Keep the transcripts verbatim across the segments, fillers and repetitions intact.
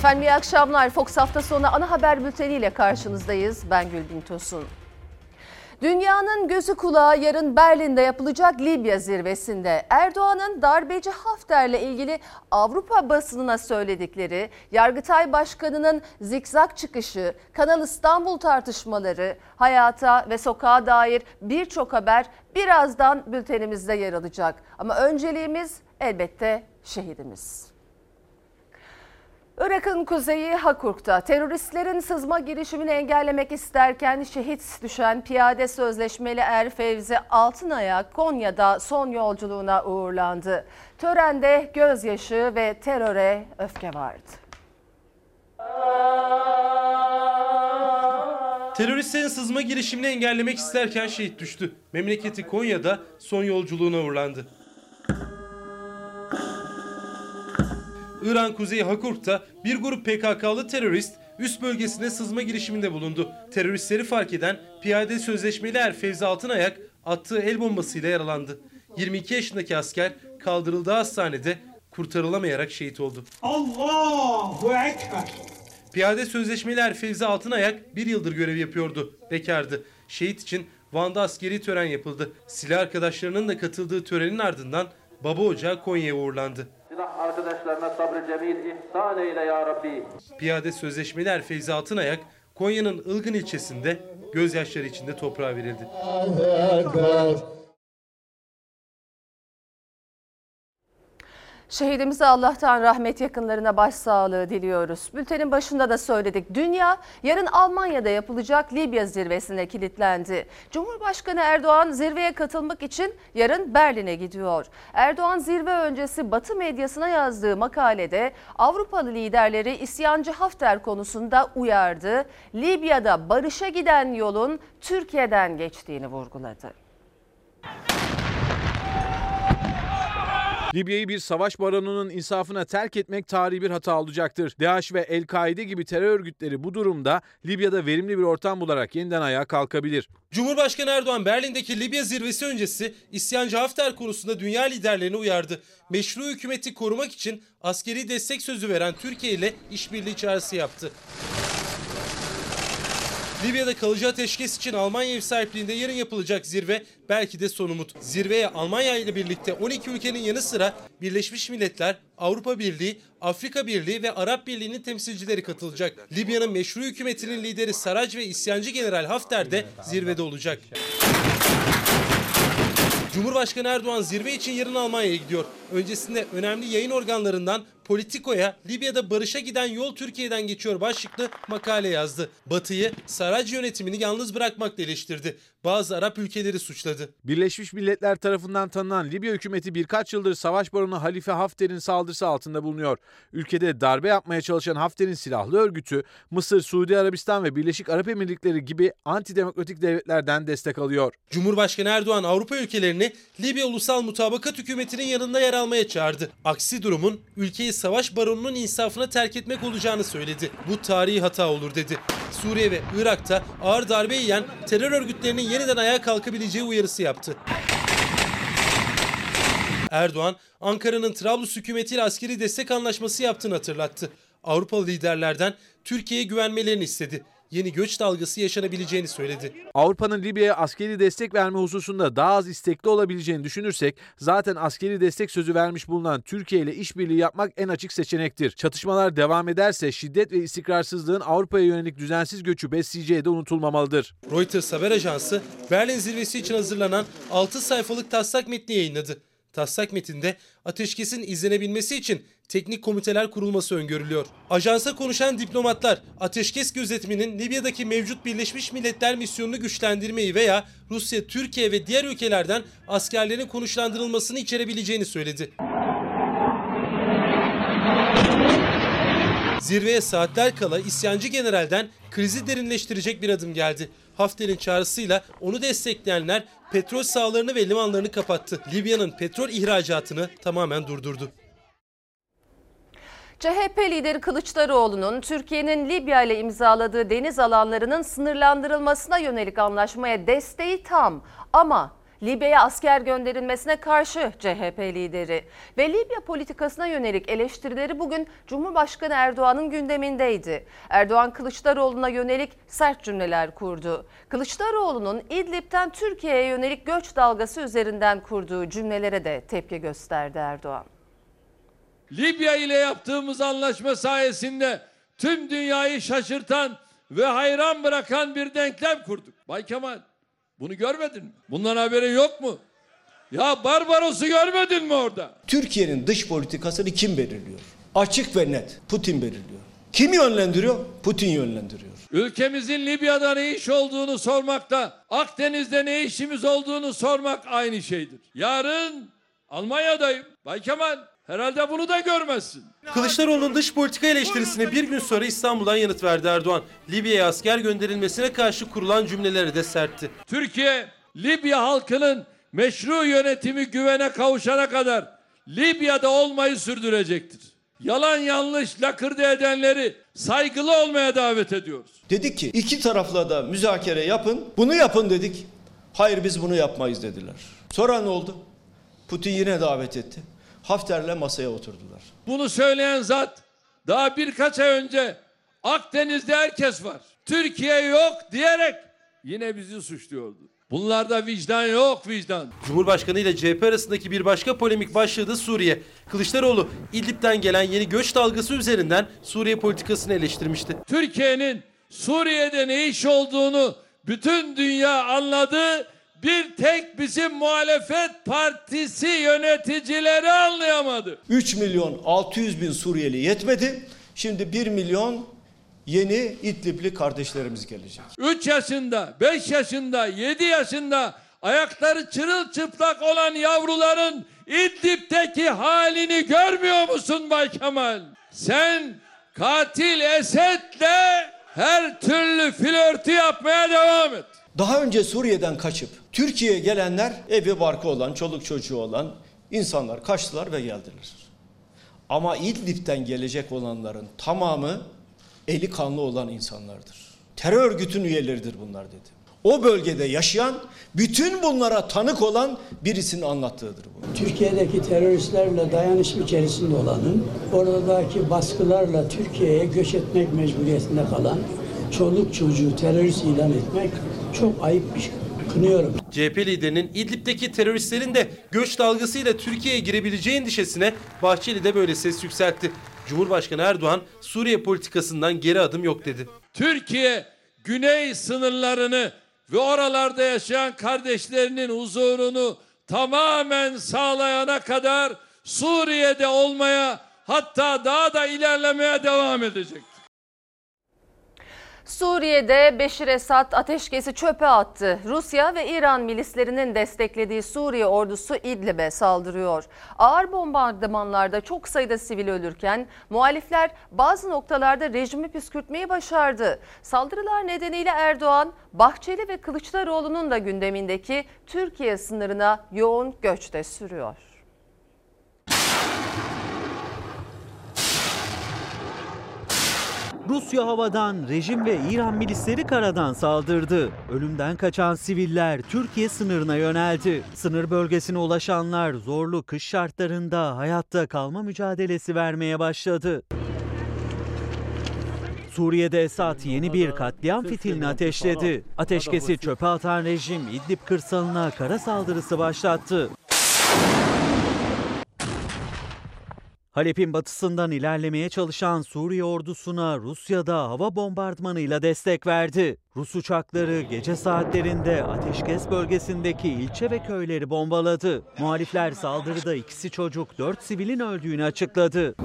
Efendim iyi akşamlar. Fox hafta sonu ana haber bülteniyle karşınızdayız. Ben Gülbin Tosun. Dünyanın gözü kulağı yarın Berlin'de yapılacak Libya zirvesinde Erdoğan'ın darbeci Hafter'le ilgili Avrupa basınına söyledikleri, Yargıtay Başkanı'nın zikzak çıkışı, Kanal İstanbul tartışmaları, hayata ve sokağa dair birçok haber birazdan bültenimizde yer alacak. Ama önceliğimiz elbette şehidimiz. Irak'ın kuzeyi Hakurk'ta teröristlerin sızma girişimini engellemek isterken şehit düşen piyade sözleşmeli er Fevzi Altınayak Konya'da son yolculuğuna uğurlandı. Törende gözyaşı ve teröre öfke vardı. Teröristlerin sızma girişimini engellemek isterken şehit düştü. Memleketi Konya'da son yolculuğuna uğurlandı. İran kuzeyi Hakurk'ta bir grup P K K'lı terörist üst bölgesine sızma girişiminde bulundu. Teröristleri fark eden piyade sözleşmeli er Fevzi Altınayak attığı el bombasıyla yaralandı. yirmi iki yaşındaki asker kaldırıldığı hastanede kurtarılamayarak şehit oldu. Allahu Ekber. Piyade sözleşmeli er Fevzi Altınayak bir yıldır görev yapıyordu. Bekardı. Şehit için Van'da askeri tören yapıldı. Silah arkadaşlarının da katıldığı törenin ardından baba ocağı Konya'ya uğurlandı. Silah arkadaşlarına sabrı cemil ihsan eyle ya Rabbi. Piyade sözleşmeli er Fevzi Altınayak Konya'nın Ilgın ilçesinde gözyaşları içinde toprağa verildi. Şehidimize Allah'tan rahmet, yakınlarına başsağlığı diliyoruz. Bültenin başında da söyledik. Dünya yarın Almanya'da yapılacak Libya zirvesine kilitlendi. Cumhurbaşkanı Erdoğan zirveye katılmak için yarın Berlin'e gidiyor. Erdoğan zirve öncesi Batı medyasına yazdığı makalede Avrupalı liderleri isyancı Hafter konusunda uyardı. Libya'da barışa giden yolun Türkiye'den geçtiğini vurguladı. Libya'yı bir savaş baronunun insafına terk etmek tarihi bir hata olacaktır. DAEŞ ve El-Kaide gibi terör örgütleri bu durumda Libya'da verimli bir ortam bularak yeniden ayağa kalkabilir. Cumhurbaşkanı Erdoğan Berlin'deki Libya zirvesi öncesi isyancı Hafter konusunda dünya liderlerini uyardı. Meşru hükümeti korumak için askeri destek sözü veren Türkiye ile işbirliği çağrısı yaptı. Libya'da kalıcı ateşkes için Almanya ev sahipliğinde yarın yapılacak zirve belki de son umut. Zirveye Almanya ile birlikte on iki ülkenin yanı sıra Birleşmiş Milletler, Avrupa Birliği, Afrika Birliği ve Arap Birliği'nin temsilcileri katılacak. Libya'nın meşru hükümetinin lideri Sarraj ve isyancı General Hafter de zirvede olacak. Cumhurbaşkanı Erdoğan zirve için yarın Almanya'ya gidiyor. Öncesinde önemli yayın organlarından Politico'ya Libya'da barışa giden yol Türkiye'den geçiyor başlıklı makale yazdı. Batı'yı Sarraj yönetimini yalnız bırakmakla eleştirdi. Bazı Arap ülkeleri suçladı. Birleşmiş Milletler tarafından tanınan Libya hükümeti birkaç yıldır savaş baronu Halife Hafter'in saldırısı altında bulunuyor. Ülkede darbe yapmaya çalışan Hafter'in silahlı örgütü Mısır, Suudi Arabistan ve Birleşik Arap Emirlikleri gibi antidemokratik devletlerden destek alıyor. Cumhurbaşkanı Erdoğan Avrupa ülkelerini Libya Ulusal Mutabakat Hükümeti'nin yanında yer almaya çağırdı. Aksi durumun ülkeyi savaş baronunun insafına terk etmek olacağını söyledi. Bu tarihi hata olur dedi. Suriye ve Irak'ta ağır darbe yiyen terör örgütlerinin yeniden ayağa kalkabileceği uyarısı yaptı. Erdoğan, Ankara'nın Trablus hükümetiyle askeri destek anlaşması yaptığını hatırlattı. Avrupalı liderlerden Türkiye'ye güvenmelerini istedi. Yeni göç dalgası yaşanabileceğini söyledi. Avrupa'nın Libya'ya askeri destek verme hususunda daha az istekli olabileceğini düşünürsek zaten askeri destek sözü vermiş bulunan Türkiye ile işbirliği yapmak en açık seçenektir. Çatışmalar devam ederse şiddet ve istikrarsızlığın Avrupa'ya yönelik düzensiz göçü besleyeceği de unutulmamalıdır. Reuters haber ajansı Berlin zirvesi için hazırlanan altı sayfalık taslak metni yayınladı. Taslak metinde ateşkesin izlenebilmesi için teknik komiteler kurulması öngörülüyor. Ajansa konuşan diplomatlar ateşkes gözetiminin Libya'daki mevcut Birleşmiş Milletler misyonunu güçlendirmeyi veya Rusya, Türkiye ve diğer ülkelerden askerlerin konuşlandırılmasını içerebileceğini söyledi. Zirveye saatler kala isyancı generalden krizi derinleştirecek bir adım geldi. Hafter'in çağrısıyla onu destekleyenler petrol sahalarını ve limanlarını kapattı. Libya'nın petrol ihracatını tamamen durdurdu. C H P lideri Kılıçdaroğlu'nun Türkiye'nin Libya ile imzaladığı deniz alanlarının sınırlandırılmasına yönelik anlaşmaya desteği tam ama Libya'ya asker gönderilmesine karşı C H P lideri ve Libya politikasına yönelik eleştirileri bugün Cumhurbaşkanı Erdoğan'ın gündemindeydi. Erdoğan Kılıçdaroğlu'na yönelik sert cümleler kurdu. Kılıçdaroğlu'nun İdlib'den Türkiye'ye yönelik göç dalgası üzerinden kurduğu cümlelere de tepki gösterdi Erdoğan. Libya ile yaptığımız anlaşma sayesinde tüm dünyayı şaşırtan ve hayran bırakan bir denklem kurduk. Bay Kemal, bunu görmedin mi? Bundan haberin yok mu? Ya Barbaros'u görmedin mi orada? Türkiye'nin dış politikasını kim belirliyor? Açık ve net. Putin belirliyor. Kim yönlendiriyor? Putin yönlendiriyor. Ülkemizin Libya'da ne iş olduğunu sormakta, Akdeniz'de ne işimiz olduğunu sormak aynı şeydir. Yarın Almanya'dayım. Bay Kemal, herhalde bunu da görmezsin. Kılıçdaroğlu'nun dış politika eleştirisine bir gün sonra İstanbul'dan yanıt verdi Erdoğan. Libya'ya asker gönderilmesine karşı kurulan cümleleri de sertti. Türkiye, Libya halkının meşru yönetimi güvene kavuşana kadar Libya'da olmayı sürdürecektir. Yalan yanlış lakırdı edenleri saygılı olmaya davet ediyoruz. Dedik ki iki tarafla da müzakere yapın. Bunu yapın dedik. Hayır biz bunu yapmayız dediler. Sonra ne oldu? Putin yine davet etti. Hafter'le masaya oturdular. Bunu söyleyen zat daha birkaç ay önce Akdeniz'de herkes var, Türkiye yok diyerek yine bizi suçluyordu. Bunlarda vicdan yok, vicdan. Cumhurbaşkanı ile C H P arasındaki bir başka polemik başladı Suriye. Kılıçdaroğlu İdlib'den gelen yeni göç dalgası üzerinden Suriye politikasını eleştirmişti. Türkiye'nin Suriye'de ne iş olduğunu bütün dünya anladı. Bir tek bizim muhalefet partisi yöneticileri anlayamadı. üç milyon altı yüz bin Suriyeli yetmedi. Şimdi bir milyon yeni İdlib'li kardeşlerimiz gelecek. üç yaşında, beş yaşında, yedi yaşında ayakları çırılçıplak olan yavruların İdlib'deki halini görmüyor musun Bay Kemal? Sen katil Esed'le her türlü flörtü yapmaya devam et. Daha önce Suriye'den kaçıp Türkiye'ye gelenler evi barkı olan, çoluk çocuğu olan insanlar kaçtılar ve geldiler. Ama İdlib'den gelecek olanların tamamı eli kanlı olan insanlardır. Terör örgütün üyeleridir bunlar dedi. O bölgede yaşayan, bütün bunlara tanık olan birisinin anlattığıdır bu. Türkiye'deki teröristlerle dayanışma içerisinde olanın, oradaki baskılarla Türkiye'ye göç etmek mecburiyetinde kalan çoluk çocuğu terörist ilan etmek çok ayıp bir şey. Kınıyorum. C H P liderinin İdlib'deki teröristlerin de göç dalgasıyla Türkiye'ye girebileceği endişesine Bahçeli de böyle ses yükseltti. Cumhurbaşkanı Erdoğan Suriye politikasından geri adım yok dedi. Türkiye güney sınırlarını ve oralarda yaşayan kardeşlerinin huzurunu tamamen sağlayana kadar Suriye'de olmaya, hatta daha da ilerlemeye devam edecek. Suriye'de Beşir Esad ateşkesi çöpe attı. Rusya ve İran milislerinin desteklediği Suriye ordusu İdlib'e saldırıyor. Ağır bombardımanlarda çok sayıda sivil ölürken muhalifler bazı noktalarda rejimi püskürtmeyi başardı. Saldırılar nedeniyle Erdoğan, Bahçeli ve Kılıçdaroğlu'nun da gündemindeki Türkiye sınırına yoğun göç de sürüyor. Rusya havadan, rejim ve İran milisleri karadan saldırdı. Ölümden kaçan siviller Türkiye sınırına yöneldi. Sınır bölgesine ulaşanlar zorlu kış şartlarında hayatta kalma mücadelesi vermeye başladı. Suriye'de Esad yeni bir katliam fitilini ateşledi. Ateşkesi çöpe atan rejim İdlib kırsalına kara saldırısı başlattı. Halep'in batısından ilerlemeye çalışan Suriye ordusuna Rusya'da hava bombardımanıyla destek verdi. Rus uçakları gece saatlerinde ateşkes bölgesindeki ilçe ve köyleri bombaladı. Muhalifler saldırıda ikisi çocuk, dört sivilin öldüğünü açıkladı.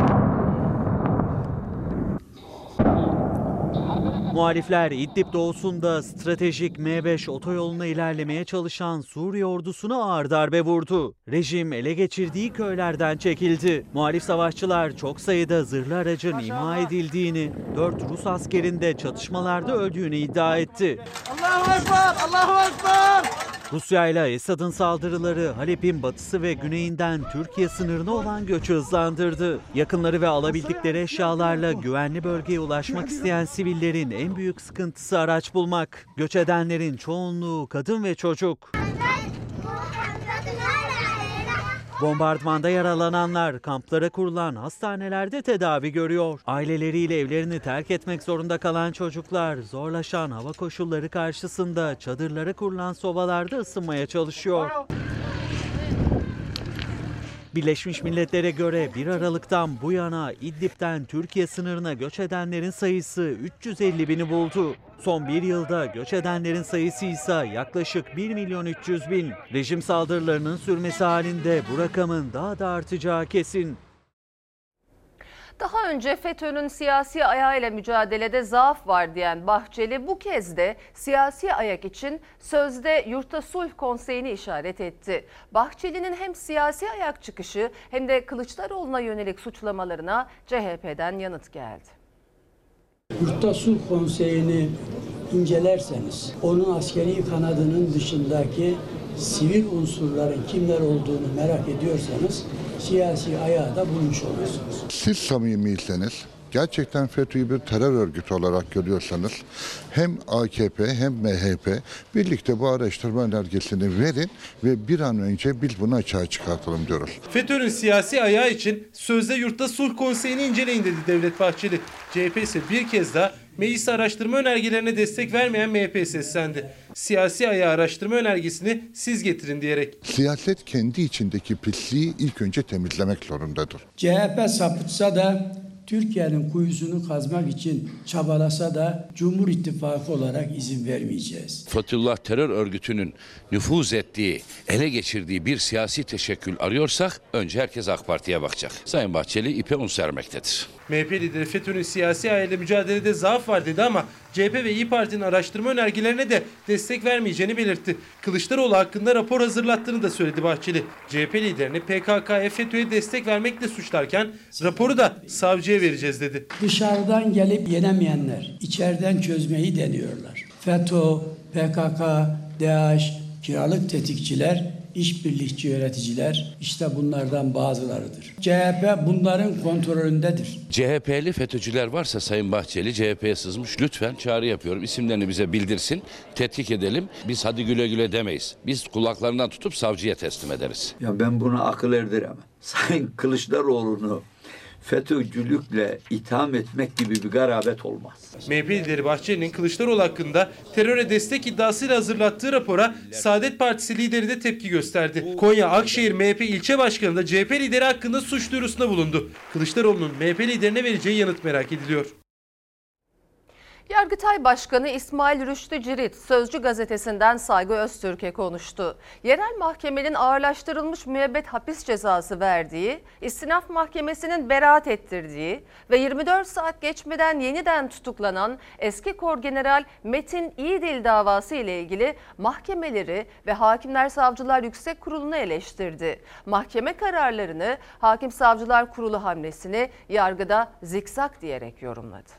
Muhalifler İdlib doğusunda stratejik M beş otoyoluna ilerlemeye çalışan Suriye ordusuna ağır darbe vurdu. Rejim ele geçirdiği köylerden çekildi. Muhalif savaşçılar çok sayıda zırhlı aracın imha edildiğini, dört Rus askerin de çatışmalarda öldüğünü iddia etti. Allahu Ekber! Allahu Ekber! Rusya ile Esad'ın saldırıları Halep'in batısı ve güneyinden Türkiye sınırına olan göçü hızlandırdı. Yakınları ve alabildikleri eşyalarla güvenli bölgeye ulaşmak isteyen sivillerin en büyük sıkıntısı araç bulmak. Göç edenlerin çoğunluğu kadın ve çocuk. Bombardımanda yaralananlar kamplara kurulan hastanelerde tedavi görüyor. Aileleriyle evlerini terk etmek zorunda kalan çocuklar zorlaşan hava koşulları karşısında çadırlara kurulan sobalarda ısınmaya çalışıyor. Birleşmiş Milletler'e göre bir Aralık'tan bu yana İdlib'den Türkiye sınırına göç edenlerin sayısı üç yüz elli bini buldu. Son bir yılda göç edenlerin sayısı ise yaklaşık bir milyon üç yüz bin. Rejim saldırılarının sürmesi halinde bu rakamın daha da artacağı kesin. Daha önce FETÖ'nün siyasi ayağıyla mücadelede zaaf var diyen Bahçeli bu kez de siyasi ayak için sözde Yurtta Sulh Konseyi'ni işaret etti. Bahçeli'nin hem siyasi ayak çıkışı hem de Kılıçdaroğlu'na yönelik suçlamalarına C H P'den yanıt geldi. Yurtta Sulh Konseyi'ni incelerseniz onun askeri kanadının dışındaki sivil unsurların kimler olduğunu merak ediyorsanız siyasi ayağı da bulmuş oluyorsunuz. Siz samimiyseniz, gerçekten FETÖ'yü bir terör örgütü olarak görüyorsanız hem A K P hem M H P birlikte bu araştırma önergesini verin ve bir an önce biz bunu açığa çıkartalım diyoruz. FETÖ'nün siyasi ayağı için sözde Yurtta Sulh Konseyi'ni inceleyin dedi Devlet Bahçeli. C H P ise bir kez daha meclis araştırma önergelerine destek vermeyen M H P'ye seslendi. Siyasi ayağı araştırma önergesini siz getirin diyerek. Siyaset kendi içindeki pisliği ilk önce temizlemek zorundadır. C H P sapıtsa da Türkiye'nin kuyusunu kazmak için çabalasa da Cumhur İttifakı olarak izin vermeyeceğiz. Fethullah terör örgütünün nüfuz ettiği, ele geçirdiği bir siyasi teşekkül arıyorsak önce herkes AK Parti'ye bakacak. Sayın Bahçeli ipe un sermektedir. M H P lideri FETÖ'nün siyasi ayağıyla mücadelede zaaf var dedi ama C H P ve İYİ Parti'nin araştırma önergelerine de destek vermeyeceğini belirtti. Kılıçdaroğlu hakkında rapor hazırlattığını da söyledi Bahçeli. C H P liderini P K K'ya FETÖ'ye destek vermekle suçlarken raporu da savcıya vereceğiz dedi. Dışarıdan gelip yenemeyenler içeriden çözmeyi deniyorlar. FETÖ, P K K, DAEŞ, kiralık tetikçiler, işbirlikçi yöneticiler işte bunlardan bazılarıdır. C H P bunların kontrolündedir. C H P'li FETÖ'cüler varsa Sayın Bahçeli C H P'ye sızmış, lütfen çağrı yapıyorum. İsimlerini bize bildirsin, tetkik edelim. Biz hadi güle güle demeyiz. Biz kulaklarından tutup savcıya teslim ederiz. Ya ben buna akıl erdiremem. Sayın Kılıçdaroğlu'nu FETÖ'cülükle itham etmek gibi bir garabet olmaz. M H P lideri Bahçeli'nin Kılıçdaroğlu hakkında teröre destek iddiasıyla hazırlattığı rapora Saadet Partisi lideri de tepki gösterdi. Konya Akşehir M H P ilçe başkanı da C H P lideri hakkında suç duyurusunda bulundu. Kılıçdaroğlu'nun M H P liderine vereceği yanıt merak ediliyor. Yargıtay Başkanı İsmail Rüştü Cirit, Sözcü gazetesinden Saygı Öztürk'e konuştu. Yerel mahkemenin ağırlaştırılmış müebbet hapis cezası verdiği, İstinaf Mahkemesi'nin beraat ettirdiği ve yirmi dört saat geçmeden yeniden tutuklanan eski Korgeneral Metin İyidil davası ile ilgili mahkemeleri ve Hakimler Savcılar Yüksek Kurulu'nu eleştirdi. Mahkeme kararlarını Hakim Savcılar Kurulu hamlesini yargıda zikzak diyerek yorumladı.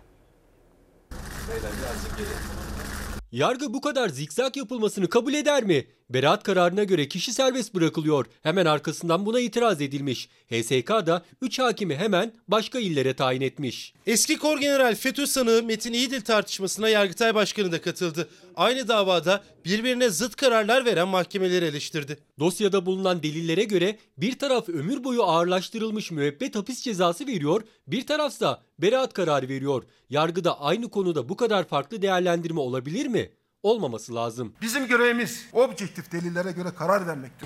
Yargı bu kadar zikzak yapılmasını kabul eder mi? Beraat kararına göre kişi serbest bırakılıyor. Hemen arkasından buna itiraz edilmiş. H S K da üç hakimi hemen başka illere tayin etmiş. Eski Korgeneral FETÖ sanığı Metin İyidil tartışmasına Yargıtay Başkanı da katıldı. Aynı davada birbirine zıt kararlar veren mahkemeleri eleştirdi. Dosyada bulunan delillere göre bir taraf ömür boyu ağırlaştırılmış müebbet hapis cezası veriyor, bir tarafsa beraat kararı veriyor. Yargıda aynı konuda bu kadar farklı değerlendirme olabilir mi? Olmaması lazım. Bizim görevimiz objektif delillere göre karar vermektir.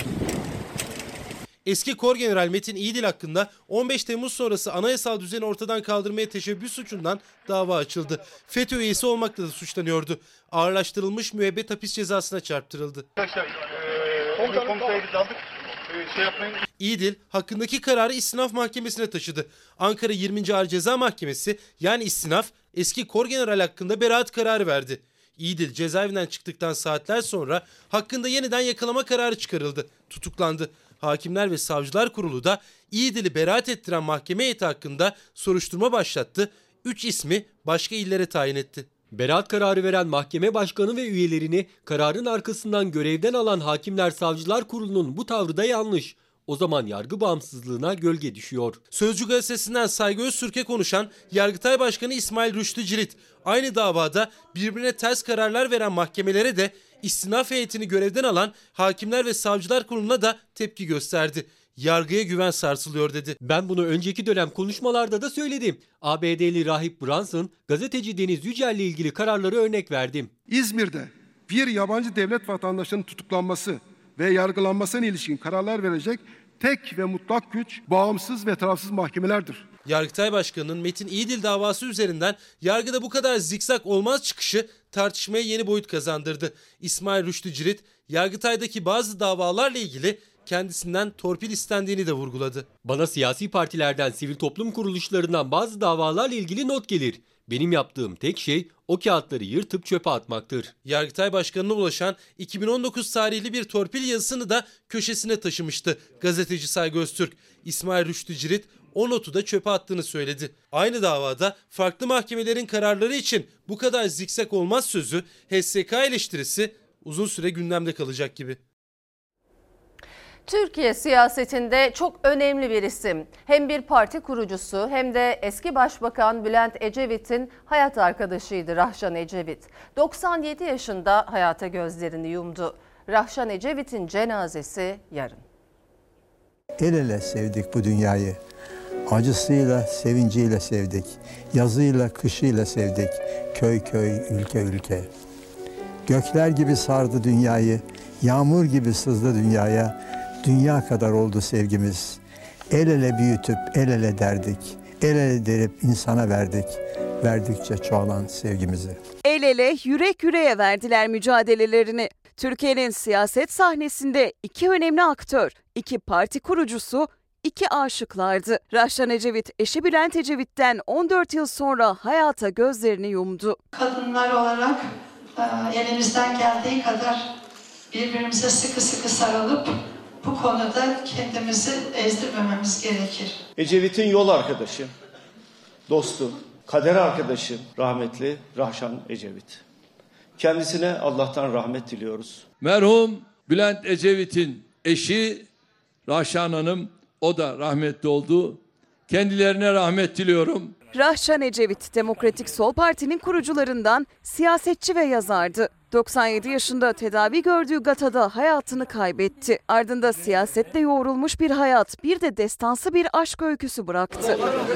Eski Korgeneral Metin İyidil hakkında on beş Temmuz sonrası anayasal düzeni ortadan kaldırmaya teşebbüs suçundan dava açıldı. FETÖ üyesi olmakla da suçlanıyordu. Ağırlaştırılmış müebbet hapis cezasına çarptırıldı. İyidil hakkındaki kararı İstinaf Mahkemesi'ne taşıdı. Ankara yirminci Ağır Ceza Mahkemesi yani İstinaf eski Korgeneral hakkında beraat kararı verdi. İyidil cezaevinden çıktıktan saatler sonra hakkında yeniden yakalama kararı çıkarıldı. Tutuklandı. Hakimler ve Savcılar Kurulu da İyidil'i beraat ettiren mahkeme heyeti hakkında soruşturma başlattı. Üç ismi başka illere tayin etti. Beraat kararı veren mahkeme başkanı ve üyelerini kararın arkasından görevden alan Hakimler Savcılar Kurulu'nun bu tavrı da yanlış. O zaman yargı bağımsızlığına gölge düşüyor. Sözcü gazetesinden Saygı Öztürk'e konuşan Yargıtay Başkanı İsmail Rüştü Cirit, aynı davada birbirine ters kararlar veren mahkemelere de istinaf heyetini görevden alan Hakimler ve Savcılar Kurulu'na da tepki gösterdi. yargıya güven sarsılıyor dedi. Ben bunu önceki dönem konuşmalarda da söyledim. A B D'li rahip Brunson, gazeteci Deniz Yücel'le ilgili kararları örnek verdim. İzmir'de bir yabancı devlet vatandaşının tutuklanması ve yargılanmasına ilişkin kararlar verecek tek ve mutlak güç bağımsız ve tarafsız mahkemelerdir. Yargıtay Başkanı'nın Metin İyidil davası üzerinden yargıda bu kadar zikzak olmaz çıkışı tartışmaya yeni boyut kazandırdı. İsmail Rüştü Cirit, Yargıtay'daki bazı davalarla ilgili kendisinden torpil istendiğini de vurguladı. Bana siyasi partilerden, sivil toplum kuruluşlarından bazı davalarla ilgili not gelir. Benim yaptığım tek şey o kağıtları yırtıp çöpe atmaktır. Yargıtay Başkanı'na ulaşan iki bin on dokuz tarihli bir torpil yazısını da köşesine taşımıştı gazeteci Saygı Öztürk. İsmail Rüştü Cirit o notu da çöpe attığını söyledi. Aynı davada farklı mahkemelerin kararları için bu kadar zikzak olmaz sözü, H S K eleştirisi uzun süre gündemde kalacak gibi. Türkiye siyasetinde çok önemli bir isim. Hem bir parti kurucusu hem de eski Başbakan Bülent Ecevit'in hayat arkadaşıydı Rahşan Ecevit. doksan yedi yaşında hayata gözlerini yumdu. Rahşan Ecevit'in cenazesi yarın. El ele sevdik bu dünyayı. Acısıyla, sevinciyle sevdik. Yazıyla, kışıyla sevdik. Köy köy, ülke ülke. Gökler gibi sardı dünyayı. Yağmur gibi sızdı dünyaya. Dünya kadar oldu sevgimiz. El ele büyütüp el ele derdik. El ele derip insana verdik. Verdikçe çoğalan sevgimizi. El ele, yürek yüreğe verdiler mücadelelerini. Türkiye'nin siyaset sahnesinde iki önemli aktör, iki parti kurucusu, iki aşıklardı. Rahşan Ecevit, eşi Bülent Ecevit'ten on dört yıl sonra hayata gözlerini yumdu. Kadınlar olarak elimizden geldiği kadar birbirimize sıkı sıkı sarılıp bu konuda kendimizi ezdirmememiz gerekir. Ecevit'in yol arkadaşı, dostu, kader arkadaşı rahmetli Rahşan Ecevit. Kendisine Allah'tan rahmet diliyoruz. Merhum Bülent Ecevit'in eşi Rahşan Hanım, o da rahmetli oldu. Kendilerine rahmet diliyorum. Rahşan Ecevit, Demokratik Sol Parti'nin kurucularından, siyasetçi ve yazardı. doksan yedi yaşında tedavi gördüğü Gata'da hayatını kaybetti. Ardında siyasetle yoğrulmuş bir hayat, bir de destansı bir aşk öyküsü bıraktı.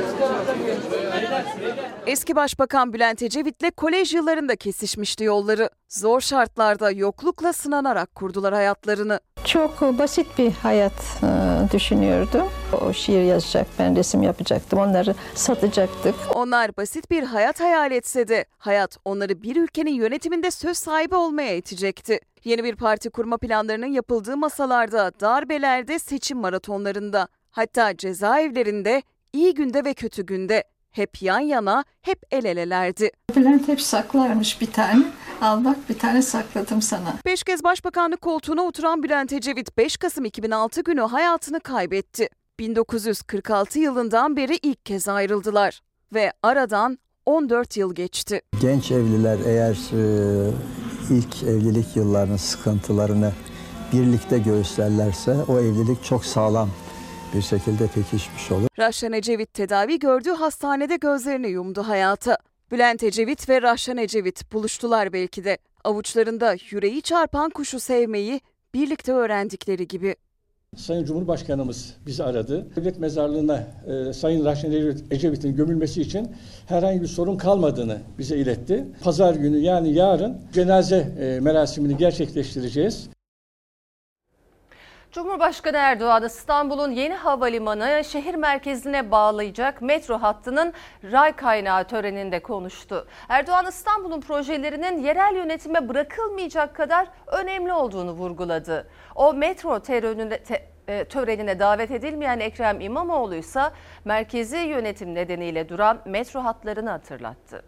Eski Başbakan Bülent Ecevit'le kolej yıllarında kesişmişti yolları. Zor şartlarda yoklukla sınanarak kurdular hayatlarını. Çok basit bir hayat düşünüyordu. O şiir yazacak, ben resim yapacaktım, onları satacaktık. Onlar basit bir hayat hayal etse de hayat onları bir ülkenin yönetiminde söz sahibi olmaya itecekti. Yeni bir parti kurma planlarının yapıldığı masalarda, darbelerde, seçim maratonlarında, hatta cezaevlerinde, iyi günde ve kötü günde hep yan yana, hep el elelerdi. Bülent hep saklarmış bir tane. Al bak, bir tane sakladım sana. Beş kez başbakanlık koltuğuna oturan Bülent Ecevit beş Kasım iki bin altı günü hayatını kaybetti. bin dokuz yüz kırk altı yılından beri ilk kez ayrıldılar ve aradan on dört yıl geçti. Genç evliler eğer e, ilk evlilik yıllarının sıkıntılarını birlikte göğüslerlerse o evlilik çok sağlam bir şekilde pekişmiş olur. Rahşan Ecevit tedavi gördüğü hastanede gözlerini yumdu hayata. Bülent Ecevit ve Rahşan Ecevit buluştular belki de. Avuçlarında yüreği çarpan kuşu sevmeyi birlikte öğrendikleri gibi. Sayın Cumhurbaşkanımız bizi aradı. Devlet mezarlığına e, Sayın Rahşan Ecevit'in gömülmesi için herhangi bir sorun kalmadığını bize iletti. Pazar günü, yani yarın cenaze e, merasimini gerçekleştireceğiz. Cumhurbaşkanı Erdoğan İstanbul'un yeni havalimanı şehir merkezine bağlayacak metro hattının ray kaynağı töreninde konuştu. Erdoğan İstanbul'un projelerinin yerel yönetime bırakılmayacak kadar önemli olduğunu vurguladı. O metro törenine, te, e, törenine davet edilmeyen Ekrem İmamoğlu ise merkezi yönetim nedeniyle duran metro hatlarını hatırlattı.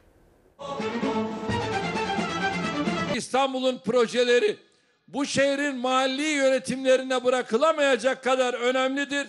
İstanbul'un projeleri bu şehrin mahalli yönetimlerine bırakılamayacak kadar önemlidir,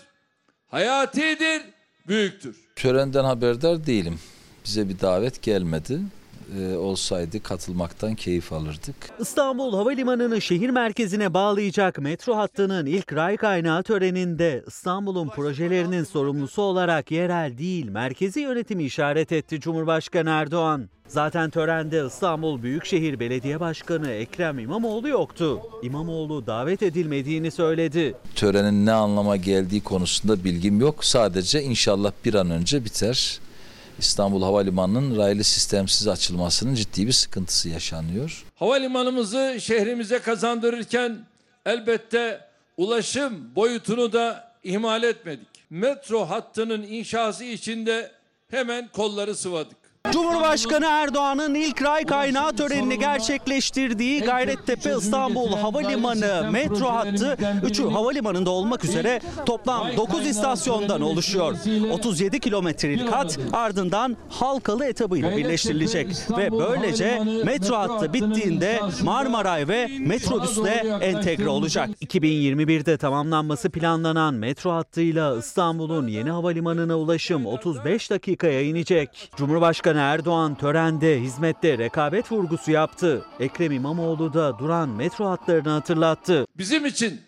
hayatidir, büyüktür. Törenden haberdar değilim. Bize bir davet gelmedi. e, olsaydı katılmaktan keyif alırdık. İstanbul Havalimanı'nı şehir merkezine bağlayacak metro hattının ilk ray kaynağı töreninde İstanbul'un projelerinin sorumlusu olarak yerel değil merkezi yönetimi işaret etti Cumhurbaşkanı Erdoğan. Zaten törende İstanbul Büyükşehir Belediye Başkanı Ekrem İmamoğlu yoktu. İmamoğlu davet edilmediğini söyledi. Törenin ne anlama geldiği konusunda bilgim yok. Sadece inşallah bir an önce biter. İstanbul Havalimanı'nın raylı sistemsiz açılmasının ciddi bir sıkıntısı yaşanıyor. Havalimanımızı şehrimize kazandırırken elbette ulaşım boyutunu da ihmal etmedik. Metro hattının inşası için de hemen kolları sıvadık. Cumhurbaşkanı Erdoğan'ın ilk ray kaynağı törenini gerçekleştirdiği Gayrettepe İstanbul Havalimanı metro hattı üçü havalimanında olmak üzere toplam dokuz istasyondan oluşuyor. otuz yedi kilometrelik hat ardından Halkalı etabıyla birleştirilecek ve böylece metro hattı bittiğinde Marmaray ve metrobüsle entegre olacak. iki bin yirmi birde tamamlanması planlanan metro hattıyla İstanbul'un yeni havalimanına ulaşım otuz beş dakikaya inecek. Cumhurbaşkanı Erdoğan törende hizmette rekabet vurgusu yaptı. Ekrem İmamoğlu da duran metro hatlarını hatırlattı. Bizim için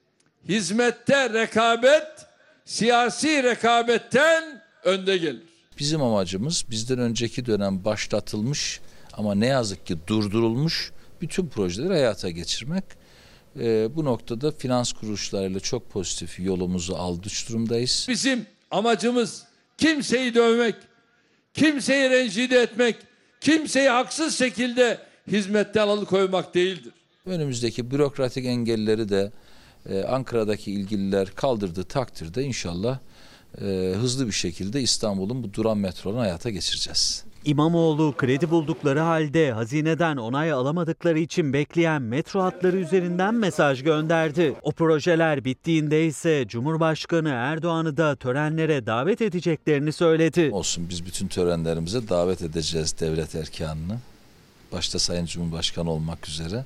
hizmette rekabet siyasi rekabetten önde gelir. Bizim amacımız bizden önceki dönem başlatılmış ama ne yazık ki durdurulmuş bütün projeleri hayata geçirmek. Ee, bu noktada finans kuruluşlarıyla çok pozitif yolumuzu almış durumdayız. Bizim amacımız kimseyi dövmek, kimseyi rencide etmek, kimseyi haksız şekilde hizmetten alıkoymak değildir. Önümüzdeki bürokratik engelleri de e, Ankara'daki ilgililer kaldırdığı takdirde inşallah e, hızlı bir şekilde İstanbul'un bu duran metronun hayata geçireceğiz. İmamoğlu kredi buldukları halde hazineden onay alamadıkları için bekleyen metro hatları üzerinden mesaj gönderdi. O projeler bittiğinde ise Cumhurbaşkanı Erdoğan'ı da törenlere davet edeceklerini söyledi. Olsun, biz bütün törenlerimize davet edeceğiz devlet erkanını. Başta Sayın Cumhurbaşkanı olmak üzere.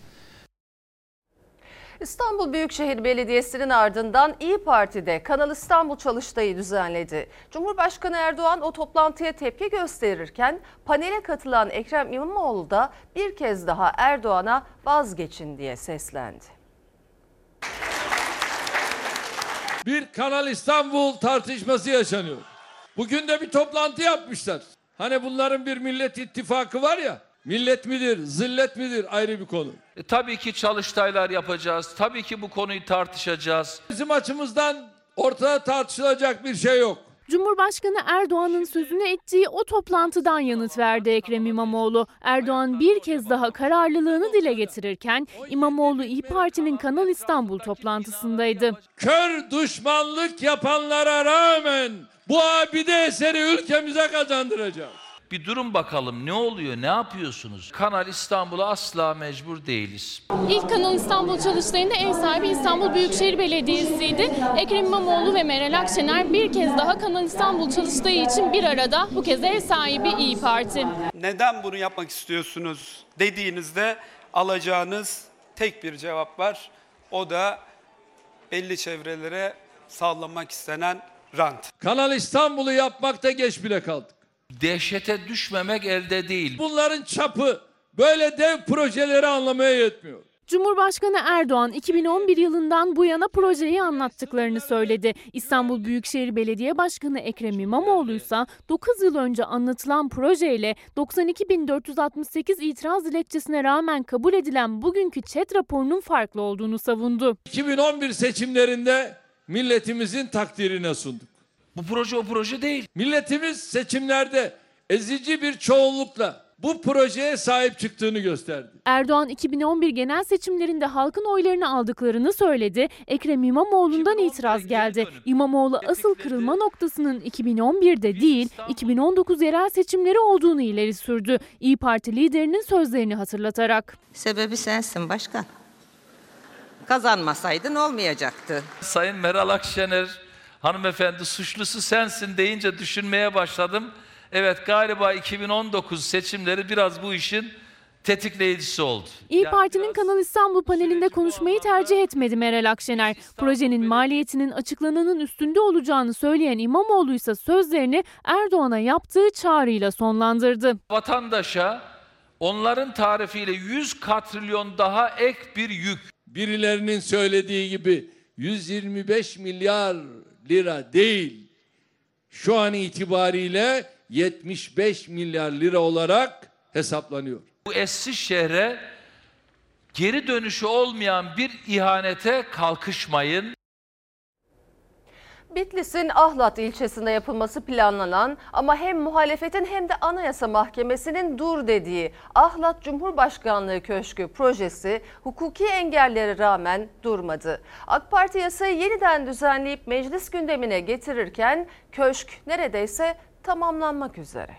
İstanbul Büyükşehir Belediyesi'nin ardından İyi Parti'de Kanal İstanbul çalıştayı düzenledi. Cumhurbaşkanı Erdoğan o toplantıya tepki gösterirken panele katılan Ekrem İmamoğlu da bir kez daha Erdoğan'a vazgeçin diye seslendi. Bir Kanal İstanbul tartışması yaşanıyor. Bugün de bir toplantı yapmışlar. Hani bunların bir Millet İttifakı var ya. Millet midir, zillet midir ayrı bir konu. E, tabii ki çalıştaylar yapacağız. Tabii ki bu konuyu tartışacağız. Bizim açımızdan ortada tartışılacak bir şey yok. Cumhurbaşkanı Erdoğan'ın sözünü ettiği o toplantıdan yanıt verdi Ekrem İmamoğlu. Erdoğan bir kez daha kararlılığını dile getirirken İmamoğlu İYİ Parti'nin Kanal İstanbul toplantısındaydı. Kör düşmanlık yapanlara rağmen bu abide eseri ülkemize kazandıracağız. Bir durun bakalım, ne oluyor, ne yapıyorsunuz? Kanal İstanbul'a asla mecbur değiliz. İlk Kanal İstanbul çalıştayında ev sahibi İstanbul Büyükşehir Belediyesi'ydi. Ekrem İmamoğlu ve Meral Akşener bir kez daha Kanal İstanbul çalıştayı için bir arada. Bu kez ev sahibi İYİ Parti. Neden bunu yapmak istiyorsunuz dediğinizde alacağınız tek bir cevap var. O da belli çevrelere sağlanmak istenen rant. Kanal İstanbul'u yapmakta geç bile kaldık. Dehşete düşmemek elde değil. Bunların çapı böyle dev projeleri anlamaya yetmiyor. Cumhurbaşkanı Erdoğan iki bin on bir yılından bu yana projeyi anlattıklarını söyledi. İstanbul Büyükşehir Belediye Başkanı Ekrem İmamoğlu ise dokuz yıl önce anlatılan projeyle doksan iki bin dört yüz altmış sekiz itiraz dilekçesine rağmen kabul edilen bugünkü ÇED raporunun farklı olduğunu savundu. iki bin on bir seçimlerinde milletimizin takdirine sunduk. Bu proje o proje değil. Milletimiz seçimlerde ezici bir çoğunlukla bu projeye sahip çıktığını gösterdi. Erdoğan iki bin on bir genel seçimlerinde halkın oylarını aldıklarını söyledi. Ekrem İmamoğlu'ndan itiraz geldi. İmamoğlu asıl kırılma noktasının iki bin on birde değil, iki bin on dokuz yerel seçimleri olduğunu ileri sürdü. İYİ Parti liderinin sözlerini hatırlatarak. Sebebi sensin başkan. Kazanmasaydın olmayacaktı. Sayın Meral Akşener hanımefendi suçlusu sensin deyince düşünmeye başladım. Evet, galiba iki bin on dokuz seçimleri biraz bu işin tetikleyicisi oldu. İYİ Parti'nin Kanal İstanbul panelinde konuşmayı tercih etmedi Meral Akşener. Projenin maliyetinin açıklananın üstünde olacağını söyleyen İmamoğlu ise sözlerini Erdoğan'a yaptığı çağrıyla sonlandırdı. Vatandaşa onların tarifiyle yüz katrilyon daha ek bir yük. Birilerinin söylediği gibi yüz yirmi beş milyar lira değil, şu an itibariyle yetmiş beş milyar lira olarak hesaplanıyor. Bu eşsiz şehre geri dönüşü olmayan bir ihanete kalkışmayın. Bitlis'in Ahlat ilçesinde yapılması planlanan ama hem muhalefetin hem de Anayasa Mahkemesi'nin dur dediği Ahlat Cumhurbaşkanlığı Köşkü projesi hukuki engellere rağmen durmadı. AK Parti yasayı yeniden düzenleyip meclis gündemine getirirken köşk neredeyse tamamlanmak üzere.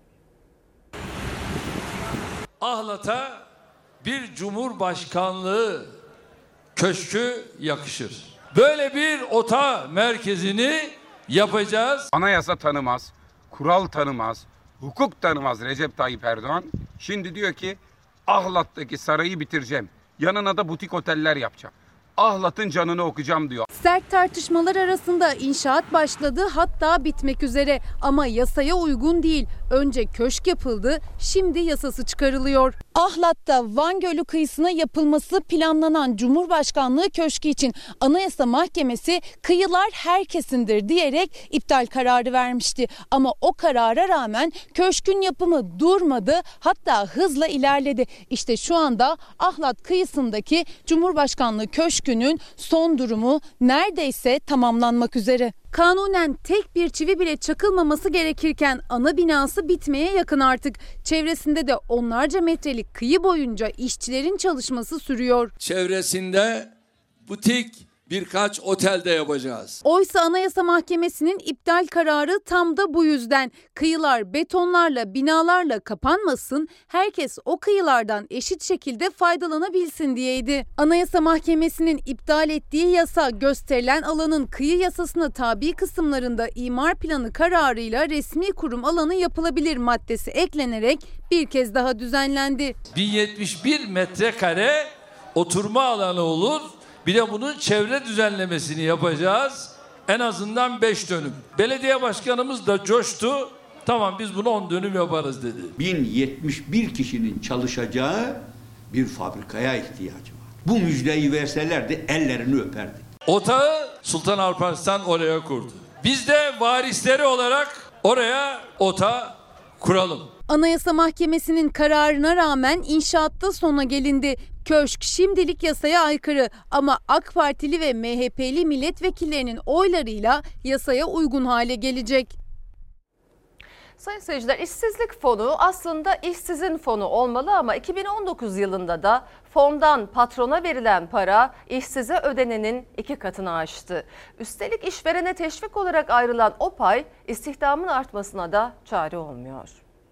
Ahlat'a bir cumhurbaşkanlığı köşkü yakışır. Böyle bir ota merkezini yapacağız. Anayasa tanımaz, kural tanımaz, hukuk tanımaz Recep Tayyip Erdoğan. Şimdi diyor ki Ahlat'taki sarayı bitireceğim. Yanına da butik oteller yapacağım. Ahlat'ın canını okuyacağım diyor. Sert tartışmalar arasında inşaat başladı, hatta bitmek üzere ama yasaya uygun değil. Önce köşk yapıldı, şimdi yasası çıkarılıyor. Ahlat'ta Van Gölü kıyısına yapılması planlanan Cumhurbaşkanlığı Köşkü için Anayasa Mahkemesi kıyılar herkesindir diyerek iptal kararı vermişti. Ama o karara rağmen köşkün yapımı durmadı, hatta hızla ilerledi. İşte şu anda Ahlat kıyısındaki Cumhurbaşkanlığı Köşkü'nün son durumu neredeyse tamamlanmak üzere. Kanunen tek bir çivi bile çakılmaması gerekirken ana binası bitmeye yakın artık. Çevresinde de onlarca metrelik kıyı boyunca işçilerin çalışması sürüyor. Çevresinde butik birkaç otelde yapacağız. Oysa Anayasa Mahkemesi'nin iptal kararı tam da bu yüzden. Kıyılar betonlarla, binalarla kapanmasın, herkes o kıyılardan eşit şekilde faydalanabilsin diyeydi. Anayasa Mahkemesi'nin iptal ettiği yasa gösterilen alanın kıyı yasasına tabi kısımlarında imar planı kararıyla resmi kurum alanı yapılabilir maddesi eklenerek bir kez daha düzenlendi. bin yetmiş bir metrekare oturma alanı olur. Bir de bunun çevre düzenlemesini yapacağız. En azından beş dönüm. Belediye başkanımız da coştu. Tamam, biz bunu on dönüm yaparız dedi. bin yetmiş bir kişinin çalışacağı bir fabrikaya ihtiyacı var. Bu müjdeyi verselerdi ellerini öperdi. Otağı Sultan Alparslan oraya kurdu. Biz de varisleri olarak oraya otağı kuralım. Anayasa Mahkemesi'nin kararına rağmen inşaatta sona gelindi. Köşk şimdilik yasaya aykırı ama AK Partili ve M H P'li milletvekillerinin oylarıyla yasaya uygun hale gelecek. Sayın seyirciler, işsizlik fonu aslında işsizin fonu olmalı ama iki bin on dokuz yılında da fondan patrona verilen para işsize ödenenin iki katını aştı. Üstelik işverene teşvik olarak ayrılan o pay istihdamın artmasına da çare olmuyor.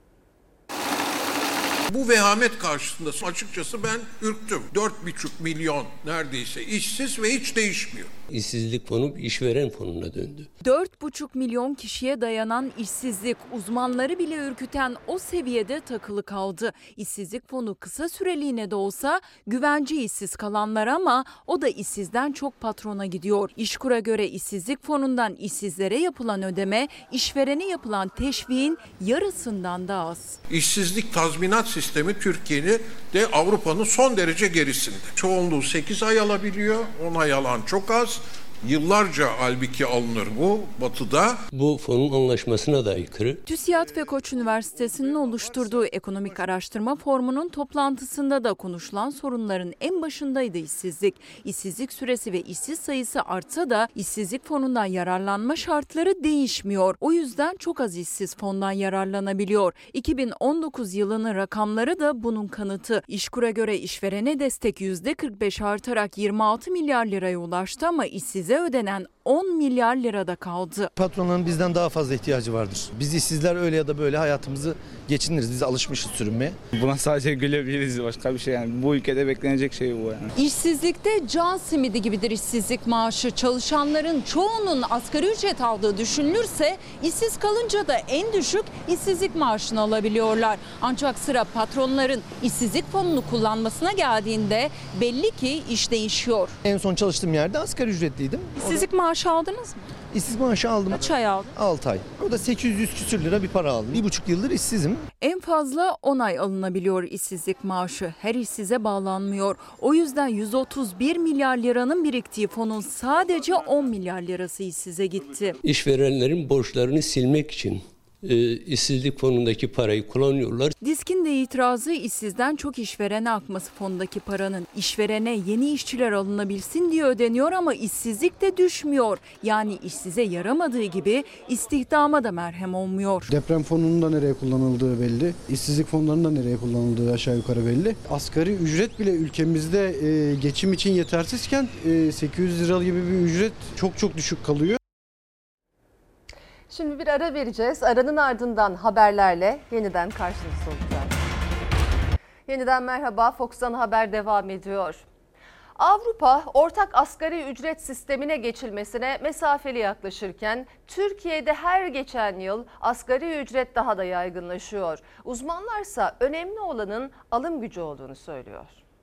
Bu vehamet karşısında açıkçası ben ürktüm. dört buçuk milyon neredeyse işsiz ve hiç değişmiyor. İşsizlik fonu işveren fonuna döndü. dört buçuk milyon kişiye dayanan işsizlik uzmanları bile ürküten o seviyede takılı kaldı. İşsizlik fonu kısa süreliğine de olsa güvence işsiz kalanlar ama o da işsizden çok patrona gidiyor. İşkur'a göre işsizlik fonundan işsizlere yapılan ödeme işverene yapılan teşviğin yarısından da az. İşsizlik tazminat sistemi Türkiye'nin de Avrupa'nın son derece gerisinde. Çoğunluğu sekiz ay alabiliyor, on ay alan çok az. Yıllarca halbuki alınır bu batıda. Bu fonun anlaşmasına da aykırı. TÜSİAD ve Koç Üniversitesi'nin oluşturduğu ekonomik araştırma forumunun toplantısında da konuşulan sorunların en başındaydı işsizlik. İşsizlik süresi ve işsiz sayısı artsa da işsizlik fonundan yararlanma şartları değişmiyor. O yüzden çok az işsiz fondan yararlanabiliyor. iki bin on dokuz yılının rakamları da bunun kanıtı. İşkur'a göre işverene destek yüzde kırk beş artarak yirmi altı milyar liraya ulaştı ama işsiz ödenen on milyar lirada kaldı. Patronların bizden daha fazla ihtiyacı vardır. Biz işsizler öyle ya da böyle hayatımızı geçiniriz. Biz alışmışız sürünmeye. Buna sadece gülebiliriz, başka bir şey yani. Bu ülkede beklenecek şey bu yani. İşsizlikte can simidi gibidir işsizlik maaşı. Çalışanların çoğunun asgari ücret aldığı düşünülürse işsiz kalınca da en düşük işsizlik maaşını alabiliyorlar. Ancak sıra patronların işsizlik fonunu kullanmasına geldiğinde belli ki iş değişiyor. En son çalıştığım yerde asgari ücretliydim. İşsizlik maaşı aldınız mı? İşsiz maaşı aldım. Kaç ay aldın? altı ay. O da sekiz yüz küsür lira bir para aldım. Bir buçuk yıldır işsizim. En fazla on ay alınabiliyor işsizlik maaşı. Her işsize bağlanmıyor. O yüzden yüz otuz bir milyar liranın biriktiği fonun sadece on milyar lirası işsize gitti. İşverenlerin borçlarını silmek için e, işsizlik fonundaki parayı kullanıyorlar. DİSK'in de itirazı işsizden çok işverene akması fondaki paranın. İşverene yeni işçiler alınabilsin diye ödeniyor ama işsizlik de düşmüyor. Yani işsize yaramadığı gibi istihdama da merhem olmuyor. Deprem fonunun da nereye kullanıldığı belli. İşsizlik fonlarının da nereye kullanıldığı aşağı yukarı belli. Asgari ücret bile ülkemizde e, geçim için yetersizken e, sekiz yüz lira gibi bir ücret çok çok düşük kalıyor. Şimdi bir ara vereceğiz. Aranın ardından haberlerle yeniden karşınızda olacağız. Yeniden merhaba. Fox'tan haber devam ediyor. Avrupa ortak asgari ücret sistemine geçilmesine mesafeli yaklaşırken Türkiye'de her geçen yıl asgari ücret daha da yaygınlaşıyor. Uzmanlarsa önemli olanın alım gücü olduğunu söylüyor.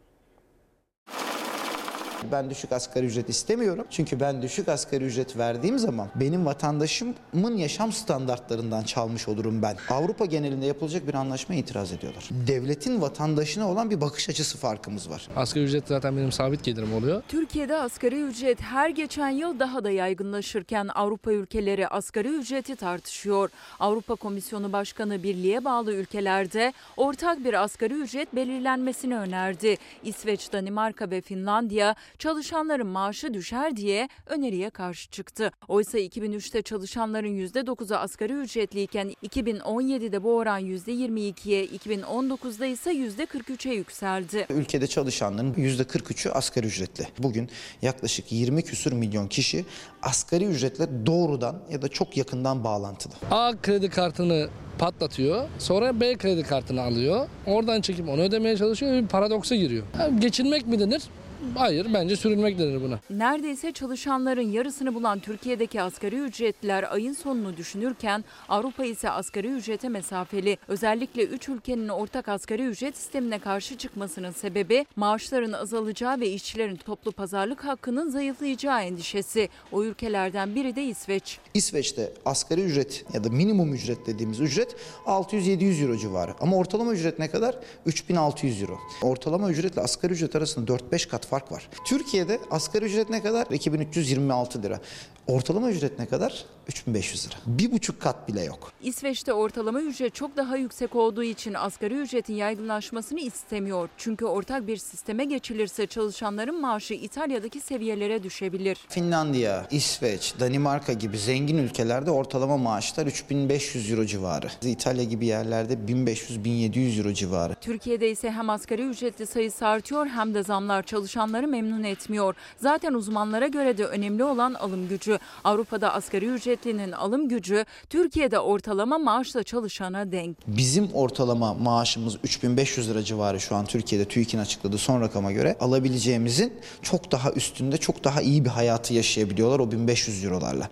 Ben düşük asgari ücret istemiyorum. Çünkü ben düşük asgari ücret verdiğim zaman benim vatandaşımın yaşam standartlarından çalmış olurum ben. Avrupa genelinde yapılacak bir anlaşmaya itiraz ediyorlar. Devletin vatandaşına olan bir bakış açısı farkımız var. Asgari ücret zaten benim sabit gelirim oluyor. Türkiye'de asgari ücret her geçen yıl daha da yaygınlaşırken Avrupa ülkeleri asgari ücreti tartışıyor. Avrupa Komisyonu Başkanı birliğe bağlı ülkelerde ortak bir asgari ücret belirlenmesini önerdi. İsveç, Danimarka ve Finlandiya çalışanların maaşı düşer diye öneriye karşı çıktı. Oysa iki bin üçte çalışanların yüzde dokuzu asgari ücretliyken iki bin on yedide bu oran yüzde yirmi ikiye, iki bin on dokuzda ise yüzde kırk üçe yükseldi. Ülkede çalışanların yüzde kırk üçü asgari ücretli. Bugün yaklaşık yirmi küsür milyon kişi asgari ücretle doğrudan ya da çok yakından bağlantılı. A kredi kartını patlatıyor. Sonra B kredi kartını alıyor. Oradan çekip onu ödemeye çalışıyor ve bir paradoksa giriyor. Yani geçinmek mi denir? Hayır, bence sürünmek denir buna. Neredeyse çalışanların yarısını bulan Türkiye'deki asgari ücretliler ayın sonunu düşünürken Avrupa ise asgari ücrete mesafeli. Özellikle üç ülkenin ortak asgari ücret sistemine karşı çıkmasının sebebi maaşların azalacağı ve işçilerin toplu pazarlık hakkının zayıflayacağı endişesi. O ülkelerden biri de İsveç. İsveç'te asgari ücret ya da minimum ücret dediğimiz ücret altı yüz yedi yüz euro civarı. Ama ortalama ücret ne kadar? üç bin altı yüz euro. Ortalama ücretle asgari ücret arasında dört beş kat fark var. Türkiye'de asgari ücret ne kadar? iki bin üç yüz yirmi altı lira. Ortalama ücret ne kadar? üç bin beş yüz lira. Bir buçuk kat bile yok. İsveç'te ortalama ücret çok daha yüksek olduğu için asgari ücretin yaygınlaşmasını istemiyor. Çünkü ortak bir sisteme geçilirse çalışanların maaşı İtalya'daki seviyelere düşebilir. Finlandiya, İsveç, Danimarka gibi zengin ülkelerde ortalama maaşlar üç bin beş yüz euro civarı. İtalya gibi yerlerde bin beş yüz bin yedi yüz euro civarı. Türkiye'de ise hem asgari ücretli sayısı artıyor hem de zamlar çalışanları memnun etmiyor. Zaten uzmanlara göre de önemli olan alım gücü. Avrupa'da asgari ücretlinin alım gücü Türkiye'de ortalama maaşla çalışana denk. Bizim ortalama maaşımız üç bin beş yüz lira civarı şu an Türkiye'de TÜİK'in açıkladığı son rakama göre alabileceğimizin çok daha üstünde, çok daha iyi bir hayatı yaşayabiliyorlar o bin beş yüz eurolarla.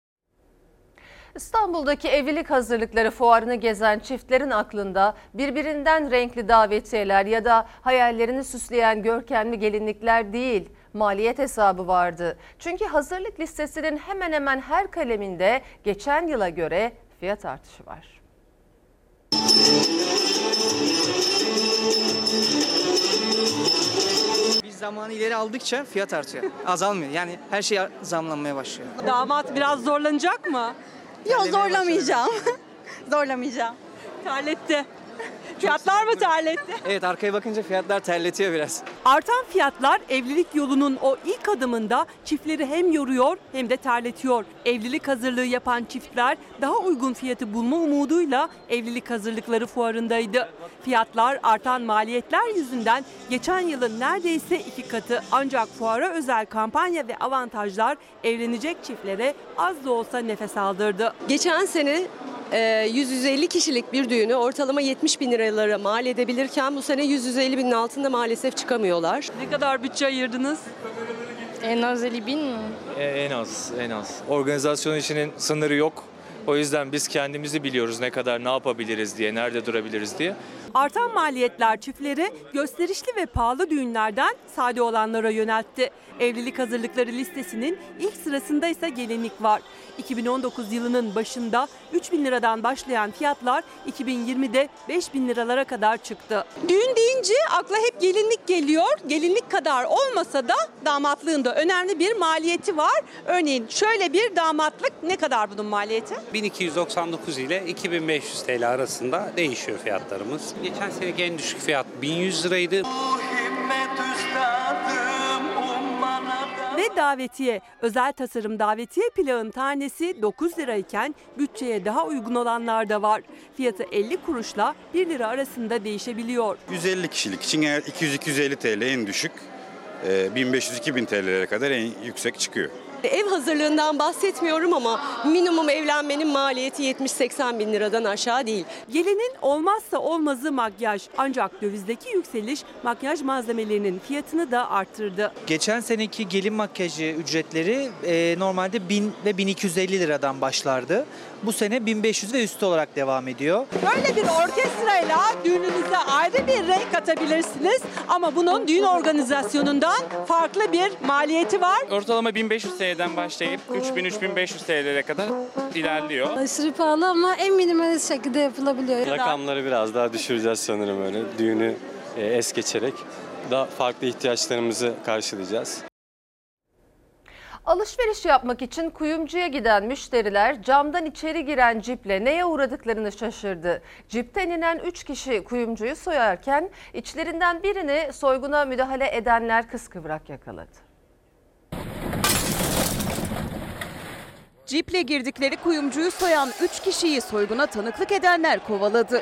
İstanbul'daki evlilik hazırlıkları fuarını gezen çiftlerin aklında birbirinden renkli davetiyeler ya da hayallerini süsleyen görkemli gelinlikler değil, maliyet hesabı vardı. Çünkü hazırlık listesinin hemen hemen her kaleminde geçen yıla göre fiyat artışı var. Biz zamanı ileri aldıkça fiyat artıyor. Azalmıyor. Yani her şey zamlanmaya başlıyor. Damat biraz zorlanacak mı? Yok, zorlamayacağım. Zorlamayacağım. Terletti. Fiyatlar mı terletti? Evet, arkaya bakınca fiyatlar terletiyor biraz. Artan fiyatlar evlilik yolunun o ilk adımında çiftleri hem yoruyor hem de terletiyor. Evlilik hazırlığı yapan çiftler daha uygun fiyatı bulma umuduyla evlilik hazırlıkları fuarındaydı. Fiyatlar artan maliyetler yüzünden geçen yılın neredeyse iki katı, ancak fuara özel kampanya ve avantajlar evlenecek çiftlere az da olsa nefes aldırdı. Geçen sene yüz yüz elli kişilik bir düğünü ortalama yetmiş bin liralara mal edebilirken bu sene yüz yüz elli binin altında maalesef çıkamıyorlar. Ne kadar bütçe ayırdınız? En az elli bin mi? E, en az, en az. Organizasyon işinin sınırı yok. O yüzden biz kendimizi biliyoruz ne kadar ne yapabiliriz diye, nerede durabiliriz diye. Artan maliyetler çiftleri gösterişli ve pahalı düğünlerden sade olanlara yöneltti. Evlilik hazırlıkları listesinin ilk sırasında ise gelinlik var. iki bin on dokuz yılının başında üç bin liradan başlayan fiyatlar iki bin yirmide beş bin liralara kadar çıktı. Düğün deyince akla hep gelinlik geliyor. Gelinlik kadar olmasa da damatlığın da önemli bir maliyeti var. Örneğin şöyle bir damatlık ne kadar bunun maliyeti? bin iki yüz doksan dokuz ile iki bin beş yüz T L arasında değişiyor fiyatlarımız. Geçen seneki en düşük fiyat bin yüz liraydı. Ve davetiye, özel tasarım davetiye plağın tanesi dokuz lirayken bütçeye daha uygun olanlar da var. Fiyatı elli kuruşla bir lira arasında değişebiliyor. yüz elli kişilik için iki yüz iki yüz elli T L en düşük, bin beş yüz iki bin T L'lere kadar en yüksek çıkıyor. Ev hazırlığından bahsetmiyorum ama minimum evlenmenin maliyeti yetmiş seksen bin liradan aşağı değil. Gelinin olmazsa olmazı makyaj. Ancak dövizdeki yükseliş makyaj malzemelerinin fiyatını da arttırdı. Geçen seneki gelin makyajı ücretleri e, normalde bin ve bin iki yüz elli liradan başlardı. Bu sene bin beş yüz ve üstü olarak devam ediyor. Böyle bir orkestrayla düğününüze ayrı bir renk katabilirsiniz ama bunun düğün organizasyonundan farklı bir maliyeti var. Ortalama bin beş yüz T L'den başlayıp üç bin üç bin beş yüz T L'lere kadar ilerliyor. Aşırı pahalı ama en minimalist şekilde yapılabiliyor. Rakamları biraz daha düşüreceğiz sanırım öyle. Düğünü es geçerek daha farklı ihtiyaçlarımızı karşılayacağız. Alışveriş yapmak için kuyumcuya giden müşteriler camdan içeri giren ciple neye uğradıklarını şaşırdı. Cipten inen üç kişi kuyumcuyu soyarken içlerinden birini soyguna müdahale edenler kıskıvrak yakaladı. Ciple girdikleri kuyumcuyu soyan üç kişiyi soyguna tanıklık edenler kovaladı.